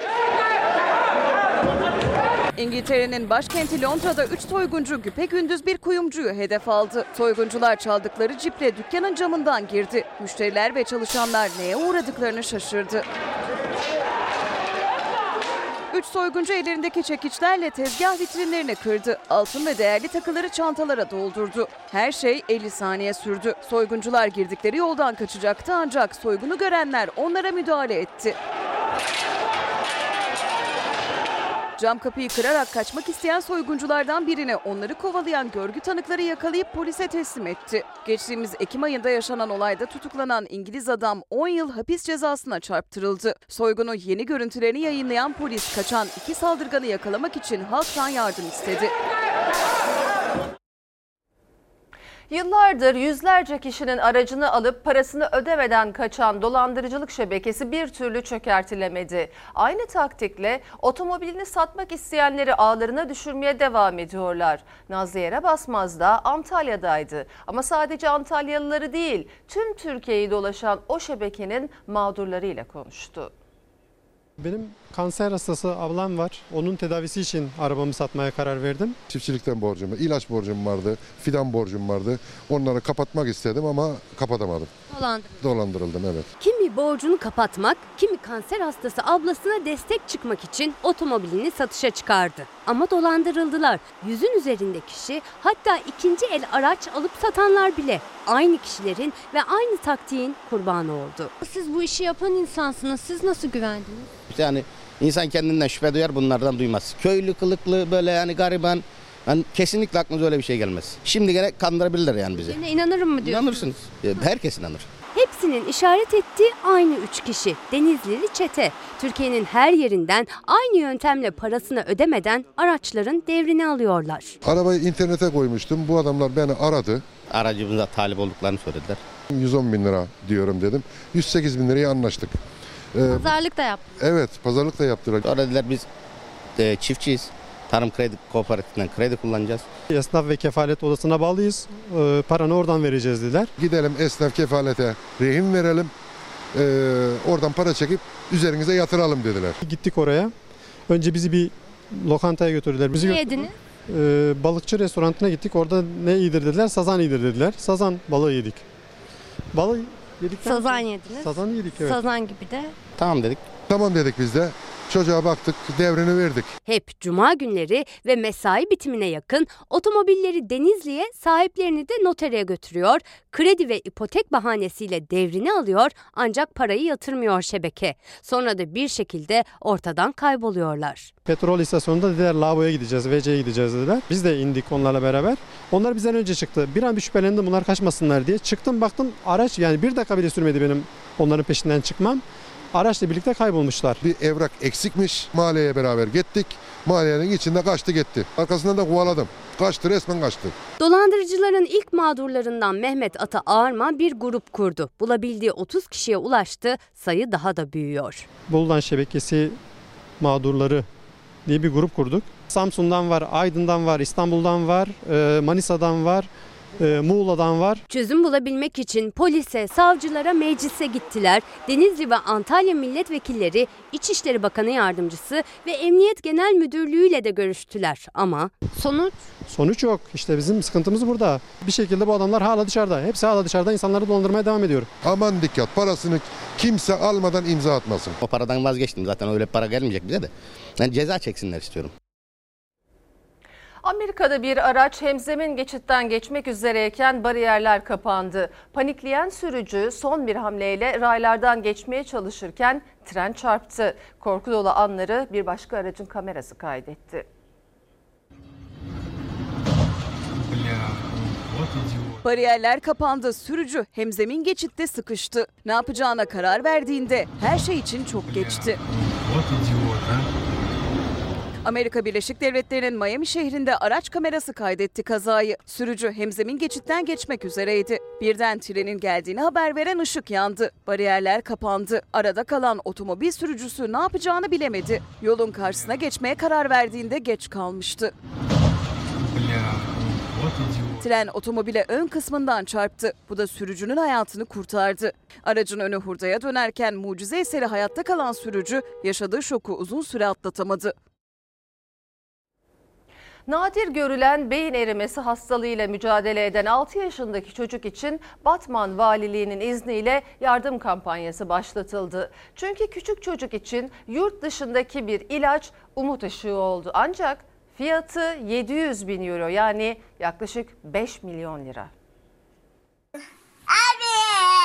İngiltere'nin başkenti Londra'da üç soyguncu güpegündüz bir kuyumcuyu hedef aldı. Soyguncular çaldıkları ciple dükkanın camından girdi. Müşteriler ve çalışanlar neye uğradıklarını şaşırdı. Üç soyguncu ellerindeki çekiçlerle tezgah vitrinlerini kırdı. Altın ve değerli takıları çantalara doldurdu. Her şey elli saniye sürdü. Soyguncular girdikleri yoldan kaçacaktı ancak soygunu görenler onlara müdahale etti. Cam kapıyı kırarak kaçmak isteyen soygunculardan birini onları kovalayan görgü tanıkları yakalayıp polise teslim etti. Geçtiğimiz Ekim ayında yaşanan olayda tutuklanan İngiliz adam on yıl hapis cezasına çarptırıldı. Soygunu yeni görüntülerini yayınlayan polis kaçan iki saldırganı yakalamak için halktan yardım istedi. Yıllardır yüzlerce kişinin aracını alıp parasını ödemeden kaçan dolandırıcılık şebekesi bir türlü çökertilemedi. Aynı taktikle otomobilini satmak isteyenleri ağlarına düşürmeye devam ediyorlar. Nazlı Basmaz da Antalya'daydı. Ama sadece Antalyalıları değil, tüm Türkiye'yi dolaşan o şebekenin mağdurlarıyla konuştu. Benim kanser hastası ablam var. Onun tedavisi için arabamı satmaya karar verdim. Çiftçilikten borcum, ilaç borcum vardı, fidan borcum vardı. Onları kapatmak istedim ama kapatamadım. Dolandırıldım. Dolandırıldım, evet. Kimi borcunu kapatmak, kimi kanser hastası ablasına destek çıkmak için otomobilini satışa çıkardı. Ama dolandırıldılar. Yüzün üzerinde kişi, hatta ikinci el araç alıp satanlar bile aynı kişilerin ve aynı taktiğin kurbanı oldu. Siz bu işi yapan insansınız. Siz nasıl güvendiniz? Yani insan kendinden şüphe duyar, bunlardan duymaz. Köylü, kılıklı, böyle yani gariban. Yani kesinlikle aklınıza öyle bir şey gelmez. Şimdi gene kandırabilirler yani bizi. Yine inanırım mı diyorsunuz? İnanırsınız. Herkes inanır. Hepsinin işaret ettiği aynı üç kişi. Denizlili çete. Türkiye'nin her yerinden aynı yöntemle parasını ödemeden araçların devrini alıyorlar. Arabayı internete koymuştum. Bu adamlar beni aradı. Aracımıza talip olduklarını söylediler. yüz on bin lira diyorum dedim. yüz sekiz bin liraya anlaştık. Ee, pazarlık da yaptı. Evet, pazarlık da yaptılar. Sonra dediler biz e, çiftçiyiz. Tarım Kredi Kooperatifinden kredi kullanacağız. Esnaf ve kefalet odasına bağlıyız. Ee, paranı oradan vereceğiz dediler. Gidelim esnaf kefalete rehin verelim. Ee, oradan para çekip üzerinize yatıralım dediler. Gittik oraya. Önce bizi bir lokantaya götürdüler. Bizi ne yediniz? E, balıkçı restoranına gittik. Orada ne iyidir dediler? Sazan iyidir dediler. Sazan balığı yedik. Balığı yedikten Sazan yediniz. Sazan yedik, evet. Sazan gibi de. Tamam dedik. Tamam dedik biz de. Çocuğa baktık, devrini verdik. Hep cuma günleri ve mesai bitimine yakın otomobilleri Denizli'ye, sahiplerini de notere götürüyor, kredi ve ipotek bahanesiyle devrini alıyor ancak parayı yatırmıyor şebeke. Sonra da bir şekilde ortadan kayboluyorlar. Petrol istasyonunda dediler lavaboya gideceğiz, V C'ye gideceğiz dediler. Biz de indik onlarla beraber. Onlar bizden önce çıktı. Bir an bir şüphelendim bunlar kaçmasınlar diye. Çıktım baktım araç, yani bir dakika bile sürmedi benim onların peşinden çıkmam. Araçla birlikte kaybolmuşlar. Bir evrak eksikmiş. Mahalleye beraber gittik. Mahallenin içinde kaçtı gitti. Arkasından da kovaladım. Kaçtı, resmen kaçtı. Dolandırıcıların ilk mağdurlarından Mehmet Ata Ağarman bir grup kurdu. Bulabildiği otuz kişiye ulaştı. Sayı daha da büyüyor. Buldan şebekesi mağdurları diye bir grup kurduk. Samsun'dan var, Aydın'dan var, İstanbul'dan var, Manisa'dan var, Muğla'dan var. Çözüm bulabilmek için polise, savcılara, meclise gittiler. Denizli ve Antalya milletvekilleri, İçişleri Bakanı Yardımcısı ve Emniyet Genel Müdürlüğü ile de görüştüler. Ama sonuç? Sonuç yok. İşte bizim sıkıntımız burada. Bir şekilde bu adamlar hala dışarıda. Hepsi hala dışarıda, insanları dolandırmaya devam ediyor. Aman dikkat, parasını kimse almadan imza atmasın. O paradan vazgeçtim, zaten öyle para gelmeyecek bize de. Yani ceza çeksinler istiyorum. Amerika'da bir araç hemzemin geçitten geçmek üzereyken bariyerler kapandı. Panikleyen sürücü son bir hamleyle raylardan geçmeye çalışırken tren çarptı. Korku dolu anları bir başka aracın kamerası kaydetti. Bariyerler kapandı. Sürücü hemzemin geçitte sıkıştı. Ne yapacağına karar verdiğinde her şey için çok geçti. Amerika Birleşik Devletleri'nin Miami şehrinde araç kamerası kaydetti kazayı. Sürücü hemzemin geçitten geçmek üzereydi. Birden trenin geldiğini haber veren ışık yandı. Bariyerler kapandı. Arada kalan otomobil sürücüsü ne yapacağını bilemedi. Yolun karşısına geçmeye karar verdiğinde geç kalmıştı. Tren otomobile ön kısmından çarptı. Bu da sürücünün hayatını kurtardı. Aracın önü hurdaya dönerken mucize eseri hayatta kalan sürücü yaşadığı şoku uzun süre atlatamadı. Nadir görülen beyin erimesi hastalığıyla mücadele eden altı yaşındaki çocuk için Batman Valiliği'nin izniyle yardım kampanyası başlatıldı. Çünkü küçük çocuk için yurt dışındaki bir ilaç umut ışığı oldu. Ancak fiyatı yedi yüz bin euro, yani yaklaşık beş milyon lira. Abi!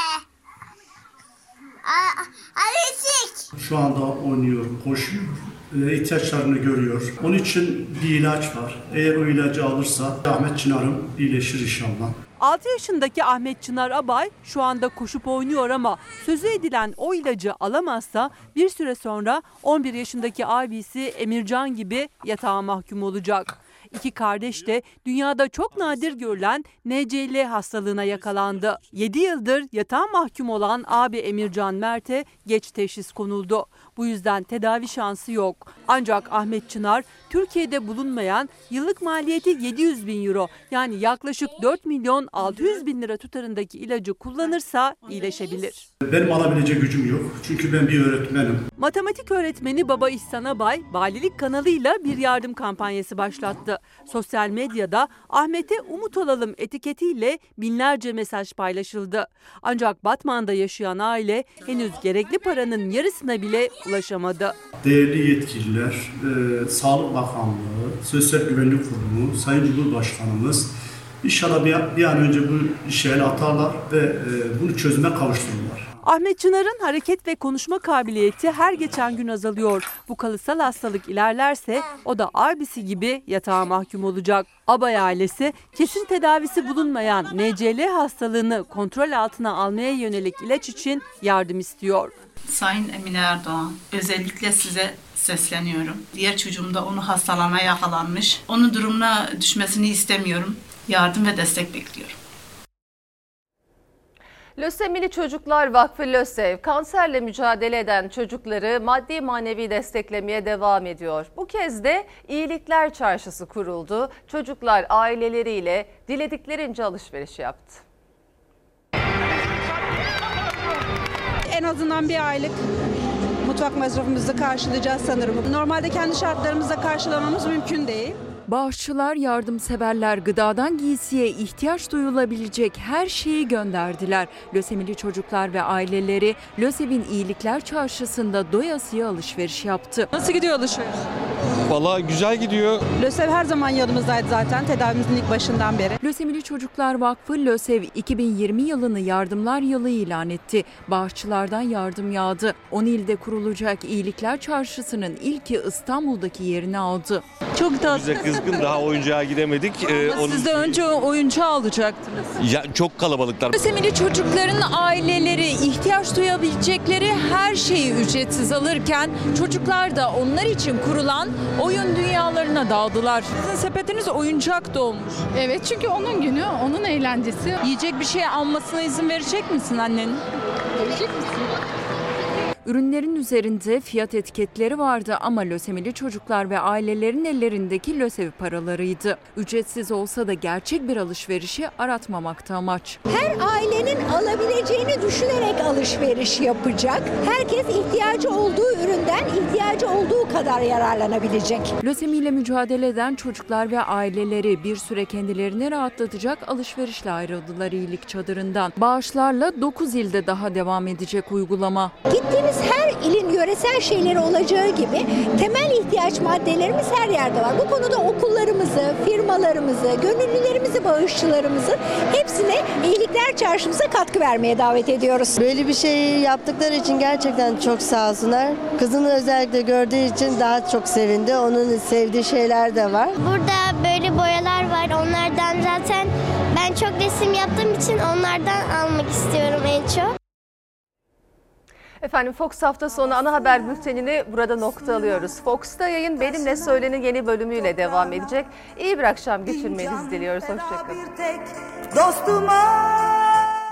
Şu anda oynuyor, koşuyor, ihtiyaçlarını görüyor. Onun için bir ilaç var. Eğer o ilacı alırsa Ahmet Çınar'ım iyileşir inşallah. altı yaşındaki Ahmet Çınar Abay şu anda koşup oynuyor ama sözü edilen o ilacı alamazsa bir süre sonra on bir yaşındaki abisi Emircan gibi yatağa mahkum olacak. İki kardeş de dünyada çok nadir görülen N C L hastalığına yakalandı. yedi yıldır yatağa mahkum olan abi Emircan Mert'e geç teşhis konuldu. Bu yüzden tedavi şansı yok. Ancak Ahmet Çınar Türkiye'de bulunmayan, yıllık maliyeti yedi yüz bin euro, yani yaklaşık dört milyon altı yüz bin lira tutarındaki ilacı kullanırsa iyileşebilir. Benim alabilecek gücüm yok. Çünkü ben bir öğretmenim. Matematik öğretmeni Baba İhsan Abay, valilik kanalıyla bir yardım kampanyası başlattı. Sosyal medyada Ahmet'e umut olalım etiketiyle binlerce mesaj paylaşıldı. Ancak Batman'da yaşayan aile henüz gerekli paranın yarısına bile ulaşamadı. Değerli yetkililer, e, Sağlık Bakanlığı, Sosyal Güvenlik Kurumu, Sayın Cumhurbaşkanımız inşallah bir, bir an önce bu işe el atarlar ve e, bunu çözüme kavuştururlar. Ahmet Çınar'ın hareket ve konuşma kabiliyeti her geçen gün azalıyor. Bu kalıtsal hastalık ilerlerse o da abisi gibi yatağa mahkum olacak. Abay ailesi kesin tedavisi bulunmayan N C L hastalığını kontrol altına almaya yönelik ilaç için yardım istiyor. Sayın Emine Erdoğan, özellikle size sesleniyorum. Diğer çocuğum da onu hastalığına yakalanmış. Onun durumuna düşmesini istemiyorum. Yardım ve destek bekliyorum. Lösemili Çocuklar Vakfı LÖSEV, kanserle mücadele eden çocukları maddi manevi desteklemeye devam ediyor. Bu kez de İyilikler Çarşısı kuruldu. Çocuklar aileleriyle dilediklerince alışveriş yaptı. En azından bir aylık mutfak masrafımızı karşılayacağız sanırım. Normalde kendi şartlarımızla karşılamamız mümkün değil. Bağışçılar, yardımseverler gıdadan giysiye ihtiyaç duyulabilecek her şeyi gönderdiler. Lösemili çocuklar ve aileleri LÖSEV'in İyilikler Çarşısı'nda doyasıya alışveriş yaptı. Nasıl gidiyor alışveriş? Vallahi güzel gidiyor. LÖSEV her zaman yanımızdaydı zaten tedavimizin ilk başından beri. Lösemili Çocuklar Vakfı LÖSEV iki bin yirmi yılını yardımlar yılı ilan etti. Bağışçılardan yardım yağdı. on ilde kurulacak İyilikler Çarşısı'nın ilki İstanbul'daki yerini aldı. Çok tatlı. Bize kızgın, daha oyuncağa gidemedik. Ee, Ama siz de önce oyuncağı alacaktınız. Ya, çok kalabalıklar. Lösemili çocukların aileleri ihtiyaç duyabilecekleri her şeyi ücretsiz alırken çocuklar da onlar için kurulan oyun dünyalarına daldılar. Sizin sepetiniz oyuncak dolmuş. Evet, çünkü onun günü, onun eğlencesi. Yiyecek bir şey almasına izin verecek misin annenin? Verecek misin? Ürünlerin üzerinde fiyat etiketleri vardı ama lösemili çocuklar ve ailelerin ellerindeki LÖSEV paralarıydı. Ücretsiz olsa da gerçek bir alışverişi aratmamakta amaç. Her ailenin alabileceğini düşünerek alışveriş yapacak. Herkes ihtiyacı olduğu üründen ihtiyacı olduğu kadar yararlanabilecek. Lösemiyle mücadele eden çocuklar ve aileleri bir süre kendilerini rahatlatacak alışverişle ayrıldılar iyilik çadırından. Bağışlarla dokuz ilde daha devam edecek uygulama. Gittiğimiz her ilin yöresel şeyleri olacağı gibi temel ihtiyaç maddelerimiz her yerde var. Bu konuda okullarımızı, firmalarımızı, gönüllülerimizi, bağışçılarımızı hepsine İyilikler Çarşımıza katkı vermeye davet ediyoruz. Böyle bir şey yaptıkları için gerçekten çok sağ olsunlar. Kızını özellikle gördüğü için daha çok sevindi. Onun sevdiği şeyler de var. Burada böyle boyalar var. Onlardan zaten ben çok resim yaptığım için onlardan almak istiyorum en çok. Efendim Fox hafta sonu ana haber bültenini burada nokta alıyoruz. Fox'ta yayın Benimle Söylenin yeni bölümüyle devam edecek. İyi bir akşam geçirmenizi diliyoruz. Hoşçakalın. Dostuma